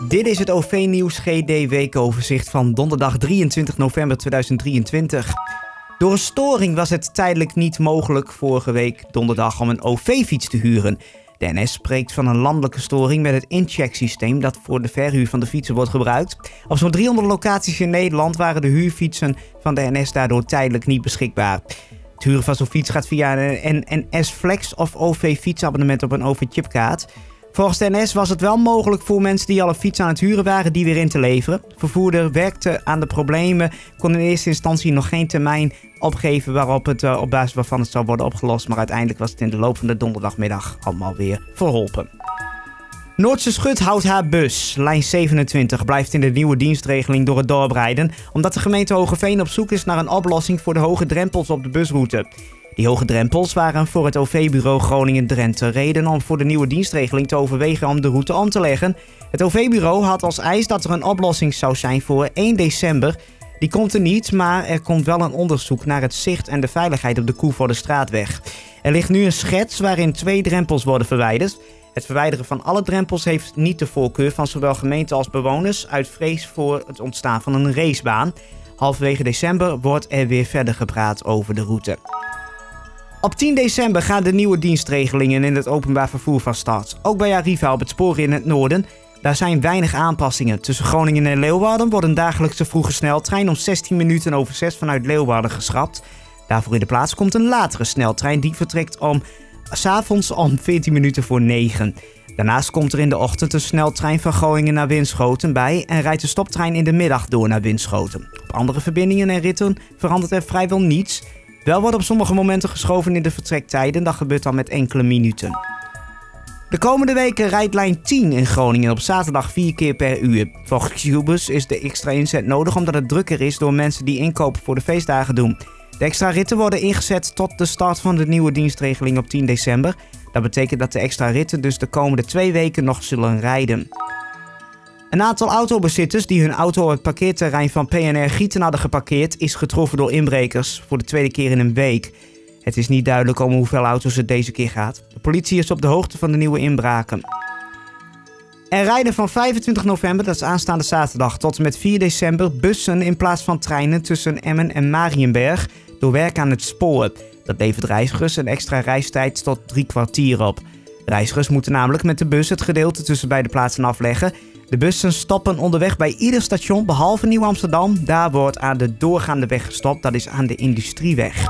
Dit is het OV-nieuws GD-weekoverzicht van donderdag 23 november 2023. Door een storing was het tijdelijk niet mogelijk vorige week donderdag om een OV-fiets te huren. De NS spreekt van een landelijke storing met het inchecksysteem dat voor de verhuur van de fietsen wordt gebruikt. Op zo'n 300 locaties in Nederland waren de huurfietsen van de NS daardoor tijdelijk niet beschikbaar. Het huren van zo'n fiets gaat via een NS Flex of OV-fietsabonnement op een OV-chipkaart. Volgens de NS was het wel mogelijk voor mensen die al een fiets aan het huren waren die weer in te leveren. De vervoerder werkte aan de problemen, kon in eerste instantie nog geen termijn opgeven op basis waarvan het zou worden opgelost. Maar uiteindelijk was het in de loop van de donderdagmiddag allemaal weer verholpen. Noordse Schut houdt haar bus. Lijn 27 blijft in de nieuwe dienstregeling door het dorp rijden, omdat de gemeente Hoogeveen op zoek is naar een oplossing voor de hoge drempels op de busroute. Die hoge drempels waren voor het OV-bureau Groningen-Drenthe reden om voor de nieuwe dienstregeling te overwegen om de route om te leggen. Het OV-bureau had als eis dat er een oplossing zou zijn voor 1 december. Die komt er niet, maar er komt wel een onderzoek naar het zicht en de veiligheid op de Koevoordestraatweg. Er ligt nu een schets waarin 2 drempels worden verwijderd. Het verwijderen van alle drempels heeft niet de voorkeur van zowel gemeente als bewoners uit vrees voor het ontstaan van een racebaan. Halverwege december wordt er weer verder gepraat over de route. Op 10 december gaan de nieuwe dienstregelingen in het openbaar vervoer van start. Ook bij Arriva op het spoor in het noorden. Daar zijn weinig aanpassingen. Tussen Groningen en Leeuwarden wordt een dagelijkse vroege sneltrein om 16 minuten over 6 vanuit Leeuwarden geschrapt. Daarvoor in de plaats komt een latere sneltrein die vertrekt 's avonds om 14 minuten voor 9. Daarnaast komt er in de ochtend een sneltrein van Groningen naar Winschoten bij en rijdt de stoptrein in de middag door naar Winschoten. Op andere verbindingen en ritten verandert er vrijwel niets. Wel wordt op sommige momenten geschoven in de vertrektijden, dat gebeurt dan met enkele minuten. De komende weken rijdt lijn 10 in Groningen op zaterdag 4 keer per uur. Volgens Qbus is de extra inzet nodig omdat het drukker is door mensen die inkopen voor de feestdagen doen. De extra ritten worden ingezet tot de start van de nieuwe dienstregeling op 10 december. Dat betekent dat de extra ritten dus de komende 2 weken nog zullen rijden. Een aantal autobezitters die hun auto op het parkeerterrein van PNR Gieten hadden geparkeerd is getroffen door inbrekers voor de tweede keer in een week. Het is niet duidelijk om hoeveel auto's het deze keer gaat. De politie is op de hoogte van de nieuwe inbraken. Er rijden van 25 november, dat is aanstaande zaterdag, tot en met 4 december bussen in plaats van treinen tussen Emmen en Mariënberg door werk aan het spoor. Dat levert reizigers een extra reistijd tot 3 kwartier op. Reizigers moeten namelijk met de bus het gedeelte tussen beide plaatsen afleggen. De bussen stoppen onderweg bij ieder station behalve Nieuw-Amsterdam. Daar wordt aan de doorgaande weg gestopt, dat is aan de Industrieweg.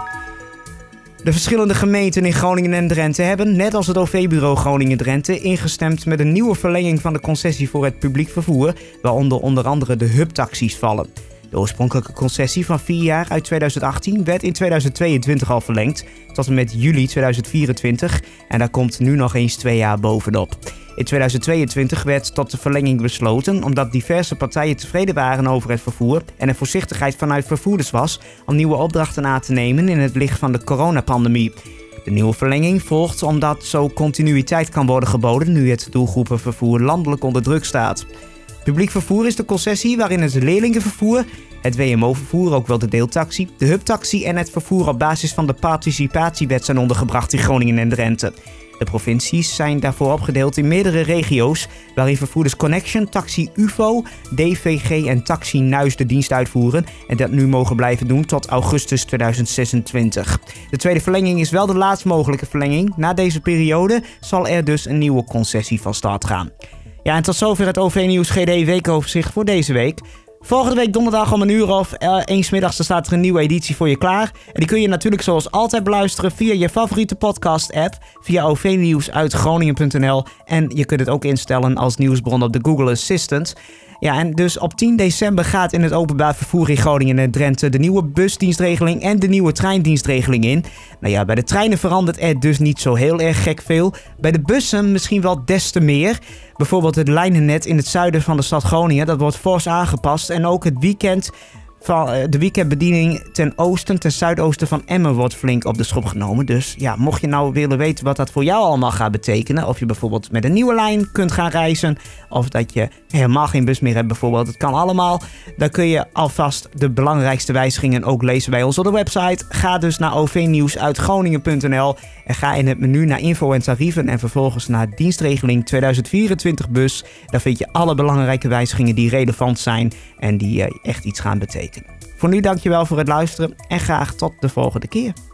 De verschillende gemeenten in Groningen en Drenthe hebben, net als het OV-bureau Groningen-Drenthe, ingestemd met een nieuwe verlenging van de concessie voor het publiek vervoer, waaronder onder andere de hubtaxis vallen. De oorspronkelijke concessie van 4 jaar uit 2018 werd in 2022 al verlengd, tot en met juli 2024 en daar komt nu nog eens 2 jaar bovenop. In 2022 werd tot de verlenging besloten omdat diverse partijen tevreden waren over het vervoer en er voorzichtigheid vanuit vervoerders was om nieuwe opdrachten aan te nemen in het licht van de coronapandemie. De nieuwe verlenging volgt omdat zo continuïteit kan worden geboden nu het doelgroepenvervoer landelijk onder druk staat. Publiek vervoer is de concessie waarin het leerlingenvervoer, het WMO-vervoer, ook wel de deeltaxi, de hubtaxi en het vervoer op basis van de participatiewet zijn ondergebracht in Groningen en Drenthe. De provincies zijn daarvoor opgedeeld in meerdere regio's, waarin vervoerders Connection, Taxi UFO, DVG en Taxi Nuis de dienst uitvoeren en dat nu mogen blijven doen tot augustus 2026. De tweede verlenging is wel de laatst mogelijke verlenging. Na deze periode zal er dus een nieuwe concessie van start gaan. Ja, en tot zover het OV-nieuws GD weekoverzicht voor deze week. Volgende week donderdag om 1 middags staat er een nieuwe editie voor je klaar. En die kun je natuurlijk zoals altijd beluisteren via je favoriete podcast-app, via ovnieuwsuitgroningen.nl en je kunt het ook instellen als nieuwsbron op de Google Assistant. Ja, en dus op 10 december gaat in het openbaar vervoer in Groningen en Drenthe de nieuwe busdienstregeling en de nieuwe treindienstregeling in. Nou ja, bij de treinen verandert er dus niet zo heel erg gek veel. Bij de bussen misschien wel des te meer. Bijvoorbeeld het lijnennet in het zuiden van de stad Groningen, dat wordt fors aangepast. En ook het weekend De weekendbediening ten zuidoosten van Emmen wordt flink op de schop genomen. Dus ja, mocht je nou willen weten wat dat voor jou allemaal gaat betekenen, of je bijvoorbeeld met een nieuwe lijn kunt gaan reizen, of dat je helemaal geen bus meer hebt bijvoorbeeld, het kan allemaal. Dan kun je alvast de belangrijkste wijzigingen ook lezen bij ons op de website. Ga dus naar ovnieuwsuitgroningen.nl en ga in het menu naar info en tarieven en vervolgens naar dienstregeling 2024 bus. Daar vind je alle belangrijke wijzigingen die relevant zijn en die echt iets gaan betekenen. Voor nu dankjewel voor het luisteren en graag tot de volgende keer.